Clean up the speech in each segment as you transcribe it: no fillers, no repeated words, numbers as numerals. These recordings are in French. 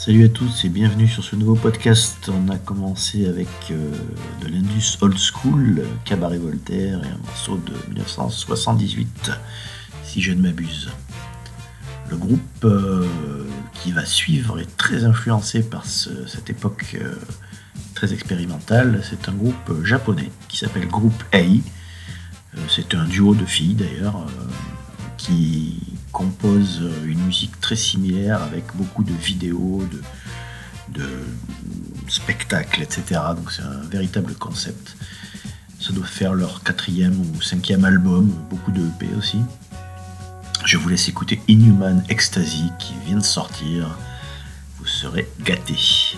Salut à tous et bienvenue sur ce nouveau podcast. On a commencé avec de l'Indus Old School, Cabaret Voltaire et un morceau de 1978, si je ne m'abuse. Le groupe qui va suivre est très influencé par cette époque très expérimentale. C'est un groupe japonais qui s'appelle Group A. C'est un duo de filles d'ailleurs qui compose une musique très similaire avec beaucoup de vidéos, de spectacles, etc. Donc c'est un véritable concept. Ça doit faire leur 4e ou 5e album, beaucoup de EP aussi. Je vous laisse écouter Inhuman Ecstasy qui vient de sortir. Vous serez gâtés.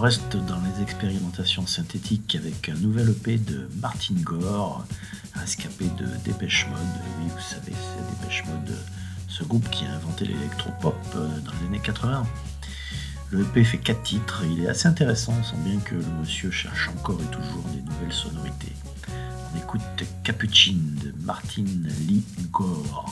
reste dans les expérimentations synthétiques avec un nouvel EP de Martin Gore, rescapé de Depeche Mode. Oui, vous savez, c'est Depeche Mode, ce groupe qui a inventé l'électropop dans les années 80. Le EP fait 4 titres, il est assez intéressant, on sent bien que le monsieur cherche encore et toujours des nouvelles sonorités. On écoute Capucine de Martin Lee Gore.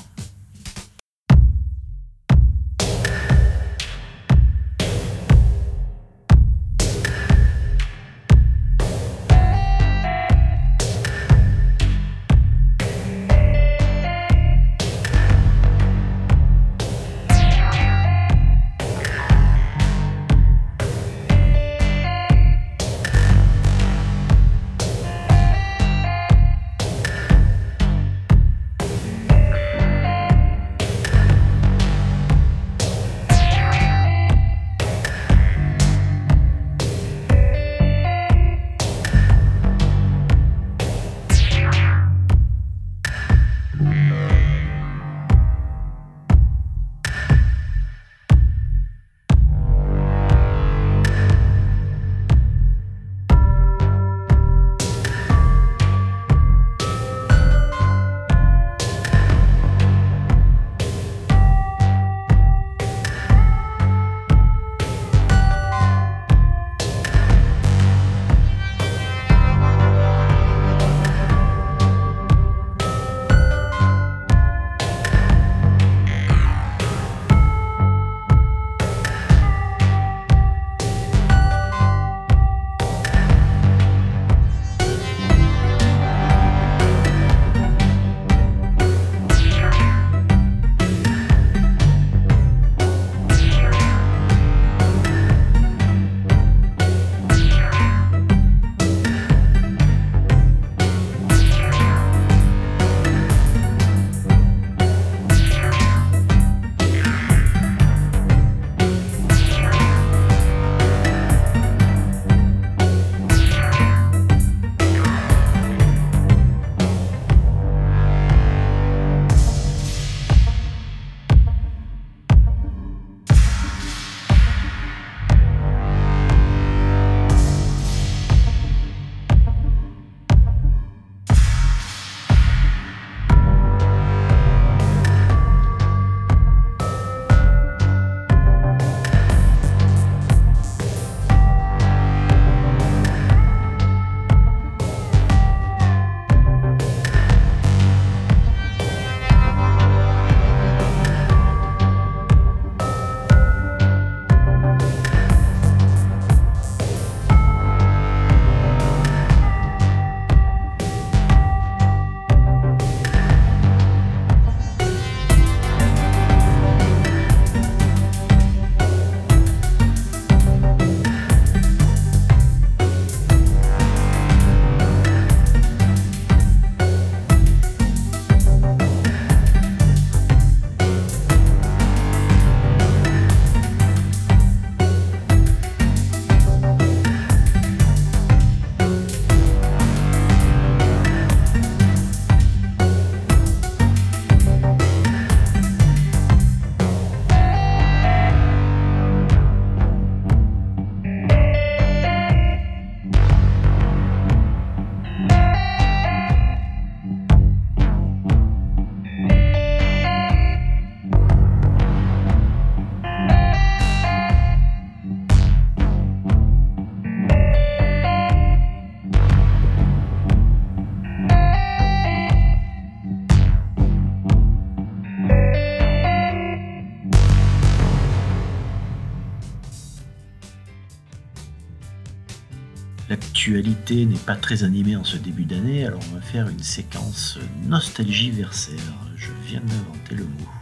L'actualité n'est pas très animée en ce début d'année, alors on va faire une séquence nostalgie versaire. Je viens d'inventer le mot.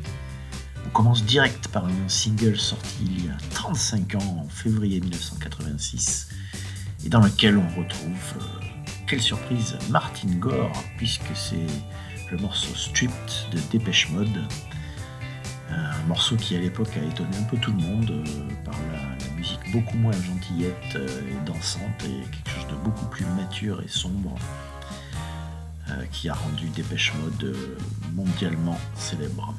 On commence direct par un single sorti il y a 35 ans, en février 1986, et dans lequel on retrouve, quelle surprise, Martin Gore, puisque c'est le morceau Stripped de Depeche Mode, un morceau qui à l'époque a étonné un peu tout le monde par la musique beaucoup moins gentillette et dansante, et quelque chose de beaucoup plus mature et sombre, qui a rendu Depeche Mode mondialement célèbre.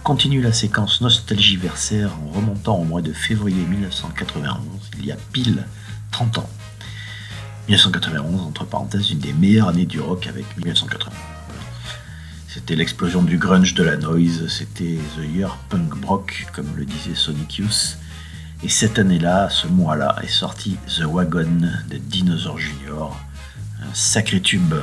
continue la séquence nostalgiversaire en remontant au mois de février 1991, il y a pile 30 ans. 1991, entre parenthèses, une des meilleures années du rock avec 1980. C'était l'explosion du grunge, de la noise, c'était The Year Punk Rock, comme le disait Sonic Youth. Et cette année-là, ce mois-là, est sorti The Wagon de Dinosaur Jr., un sacré tube.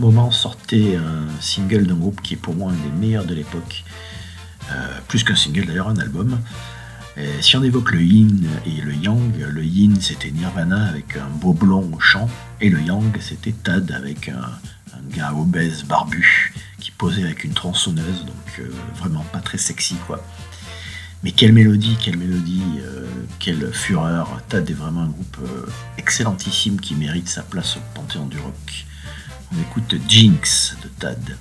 moment sortait un single d'un groupe qui est pour moi un des meilleurs de l'époque, plus qu'un single d'ailleurs, un album. Et si on évoque le yin et le yang, le yin c'était Nirvana avec un beau blond au chant, et le yang c'était Tad avec un gars obèse barbu qui posait avec une tronçonneuse, donc vraiment pas très sexy quoi. Mais quelle mélodie, quelle fureur. Tad est vraiment un groupe excellentissime qui mérite sa place au panthéon du rock. On écoute Jinx de Tad.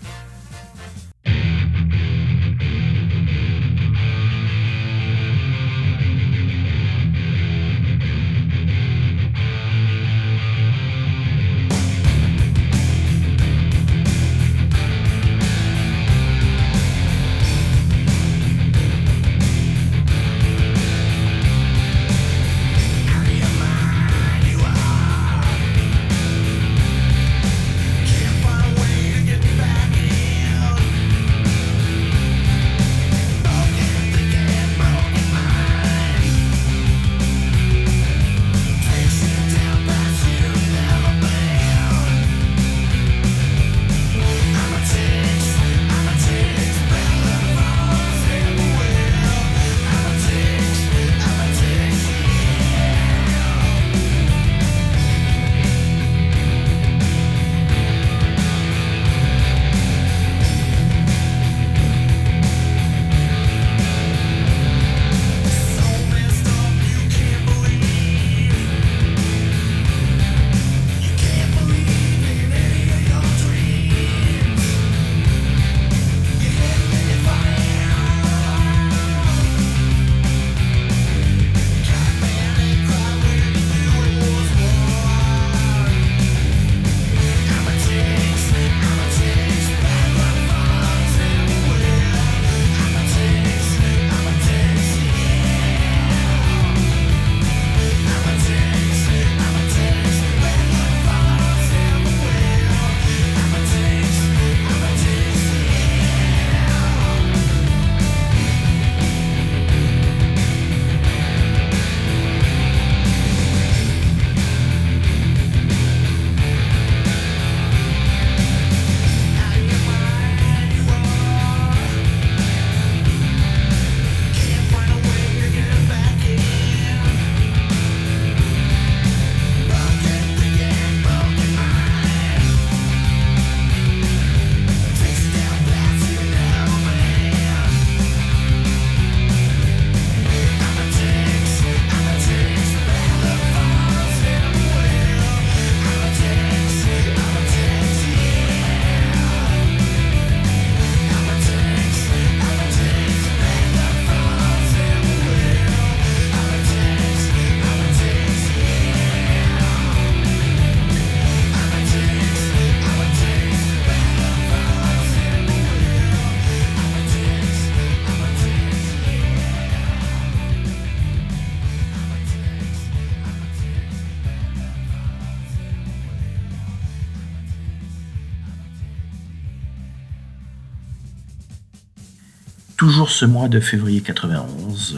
Toujours ce mois de février 91,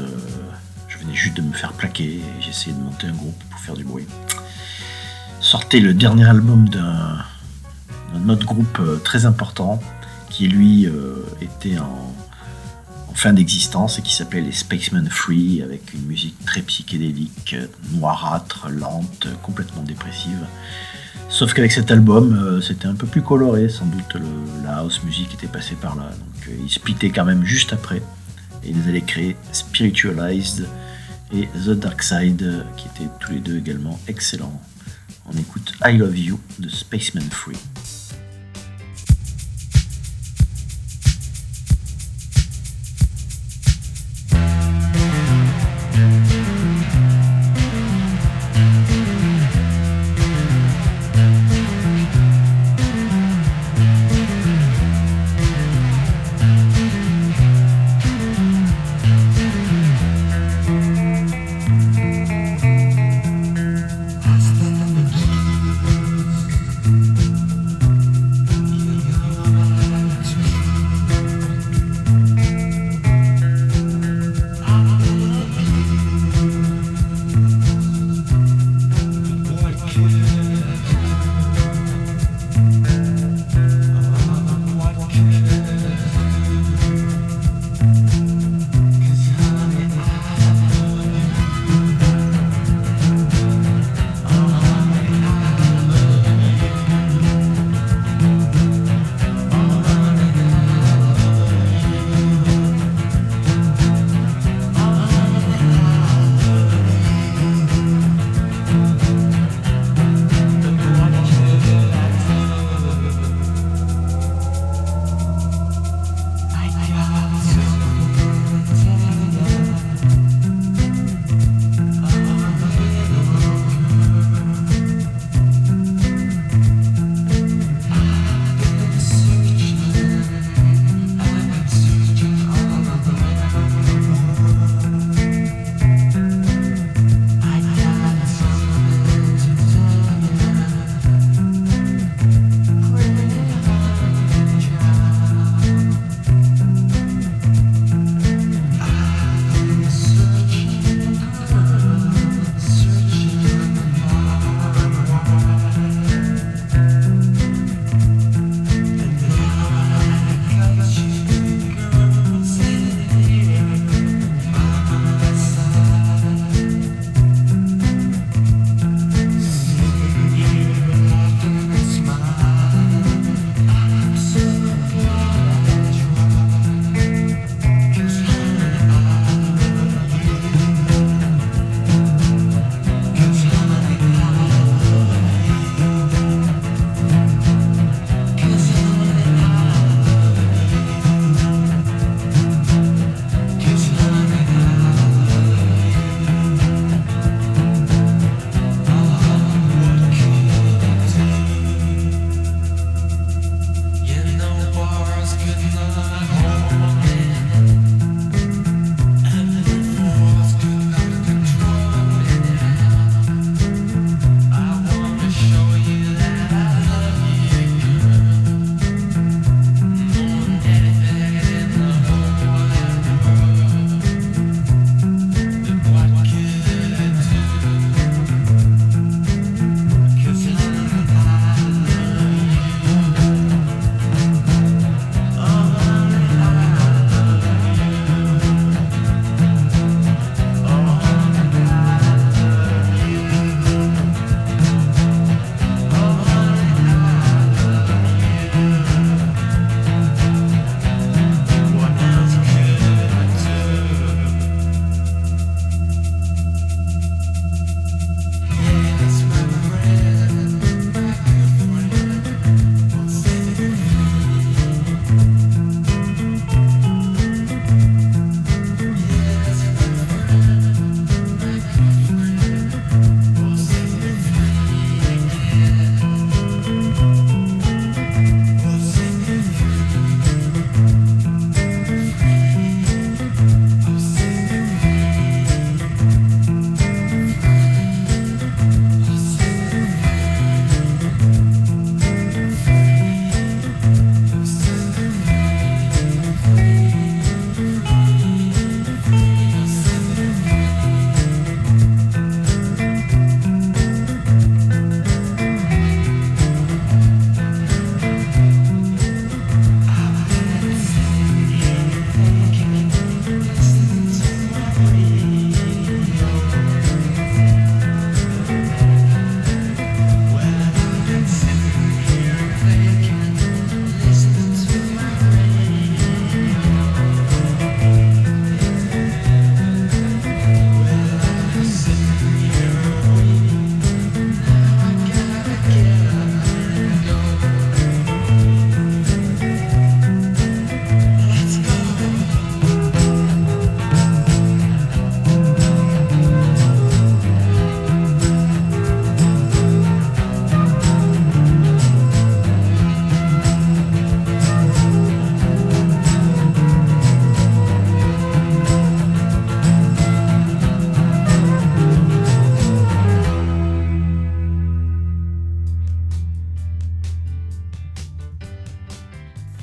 je venais juste de me faire plaquer et j'essayais de monter un groupe pour faire du bruit. Sortait le dernier album d'un autre groupe très important qui lui était en fin d'existence et qui s'appelait les Spacemen Free, avec une musique très psychédélique, noirâtre, lente, complètement dépressive. Sauf qu'avec cet album, c'était un peu plus coloré, sans doute la house music était passée par là. Donc ils splittaient quand même juste après et ils allaient créer Spiritualized et The Dark Side, qui étaient tous les deux également excellents. On écoute I Love You de Spacemen Free.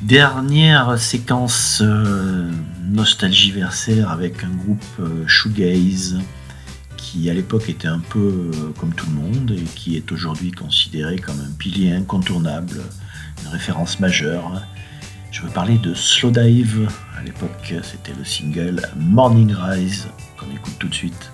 Dernière séquence nostalgiversaire avec un groupe shoegaze qui à l'époque était un peu comme tout le monde et qui est aujourd'hui considéré comme un pilier incontournable, une référence majeure. Je veux parler de Slowdive. À l'époque, c'était le single Morning Rise qu'on écoute tout de suite.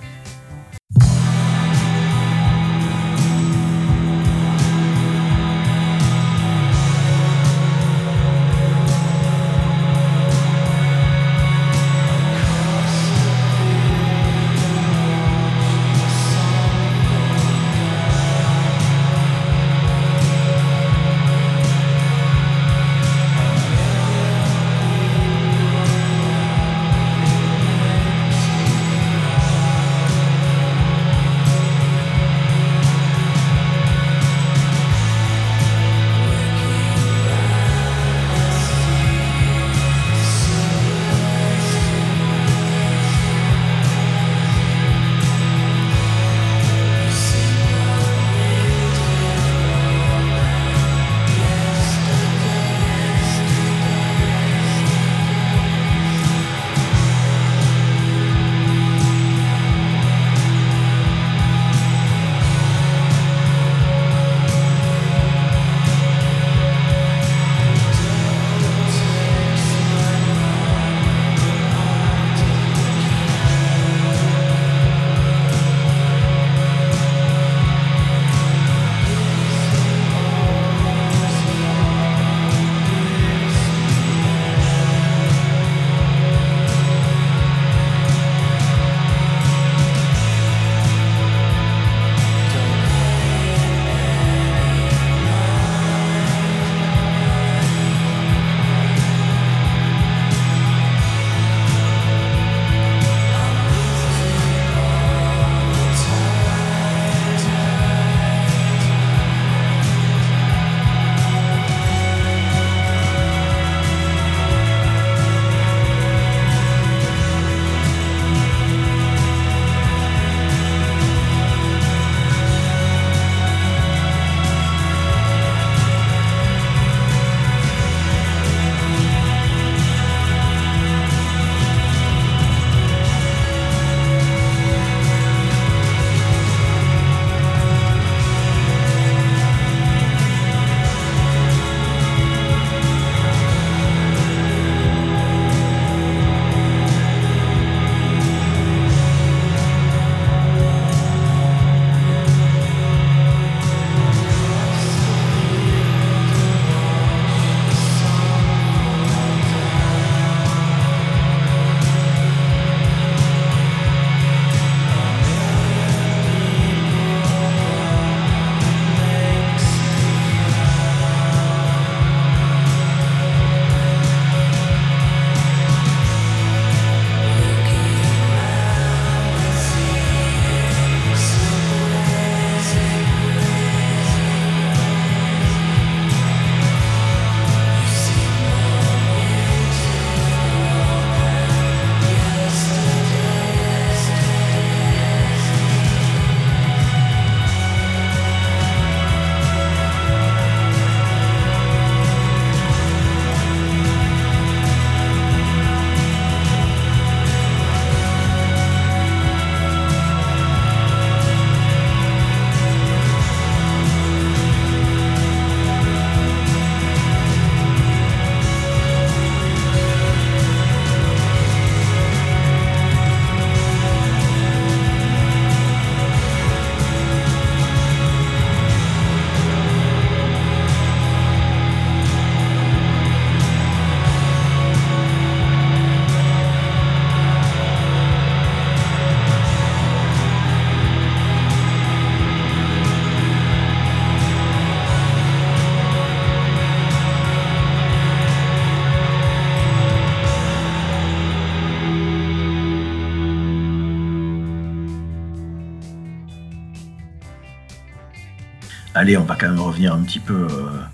Allez, on va quand même revenir un petit peu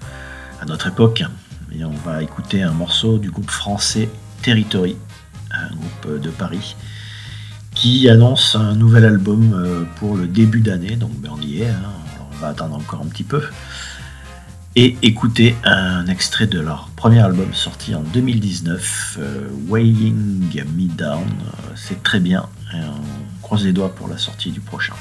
à notre époque et on va écouter un morceau du groupe français Territory, un groupe de Paris, qui annonce un nouvel album pour le début d'année, donc on y est, on va attendre encore un petit peu. et écouter un extrait de leur premier album sorti en 2019, Weighing Me Down. C'est très bien, et on croise les doigts pour la sortie du prochain.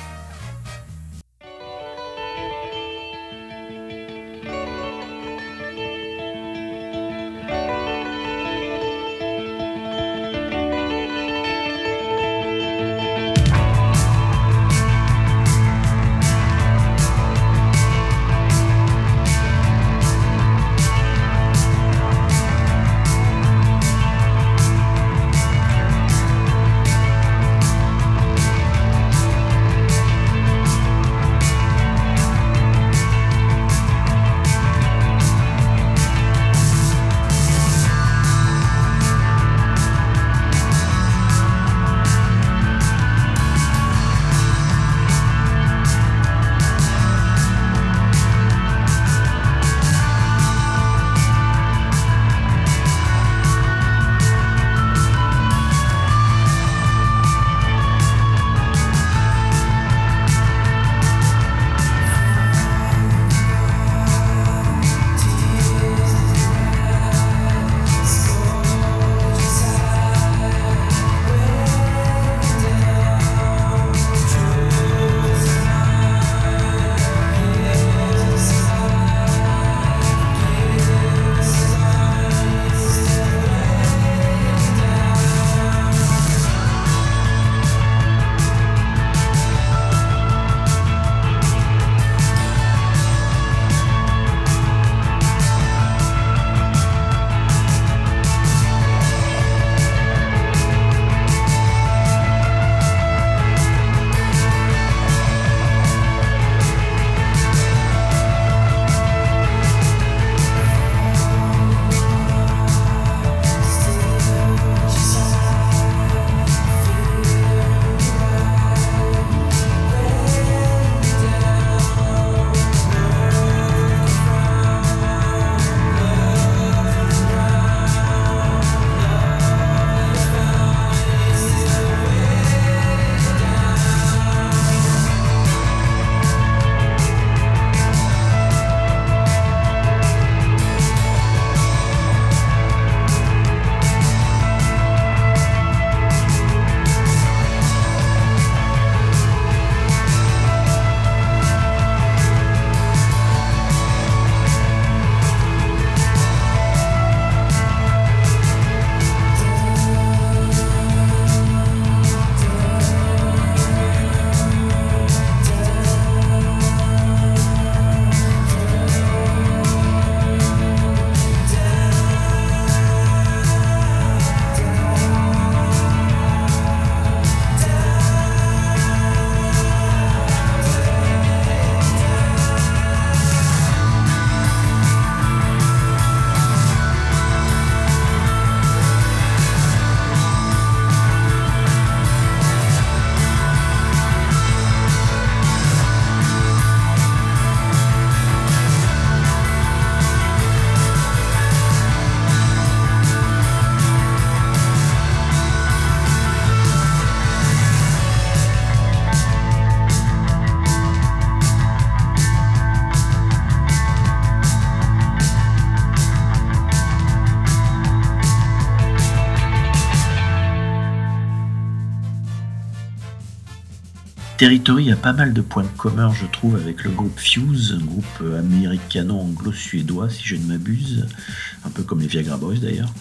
Territory a pas mal de points communs, je trouve, avec le groupe Fuse, un groupe américano-anglo-suédois, si je ne m'abuse, un peu comme les Viagra Boys d'ailleurs.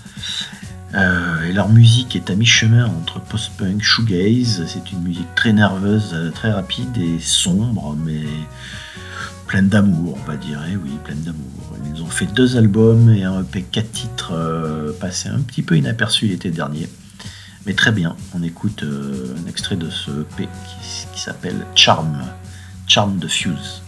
Et leur musique est à mi-chemin entre post-punk, shoegaze. C'est une musique très nerveuse, très rapide et sombre, mais pleine d'amour, on va dire. Et oui, pleine d'amour. Ils ont fait 2 albums et un EP 4 titres passé un petit peu inaperçu l'été dernier. Mais très bien, on écoute un extrait de ce EP qui s'appelle Charm de Fuse.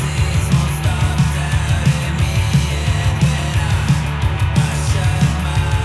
My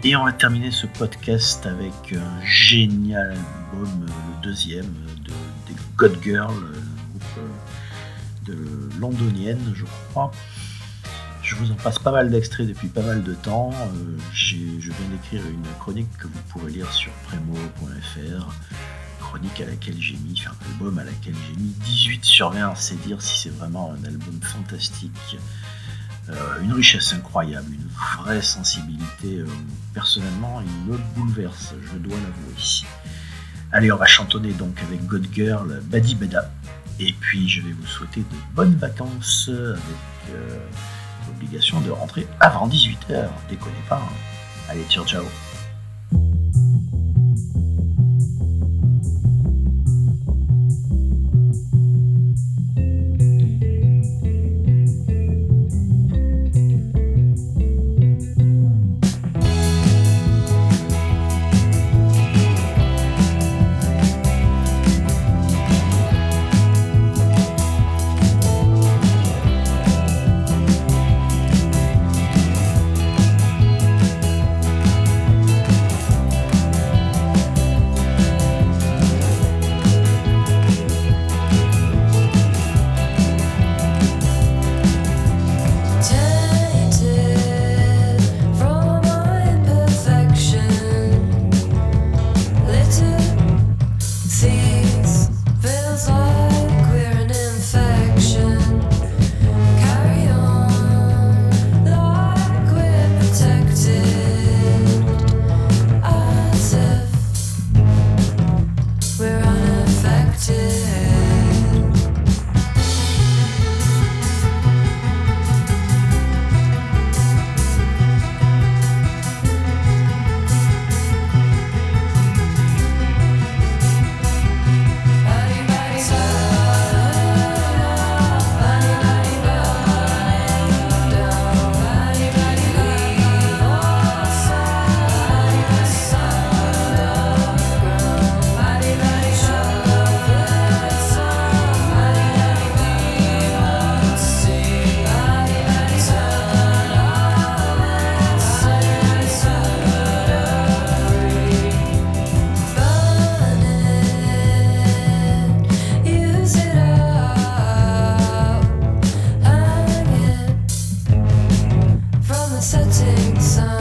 Et on va terminer ce podcast avec un génial album, le deuxième des God Girl, groupe de londonienne, je crois. Je vous en passe pas mal d'extraits depuis pas mal de temps. Je viens d'écrire une chronique que vous pourrez lire sur premo.fr. Chronique à laquelle j'ai mis, enfin album à laquelle j'ai mis 18 sur 20, c'est dire si c'est vraiment un album fantastique. Une richesse incroyable, une vraie sensibilité. Personnellement, il me bouleverse, je dois l'avouer. Allez, on va chantonner donc avec God Girl, Badi Bada. Et puis je vais vous souhaiter de bonnes vacances avec l'obligation de rentrer avant 18h. Déconnez pas. Hein. Allez, ciao ciao. Setting sun.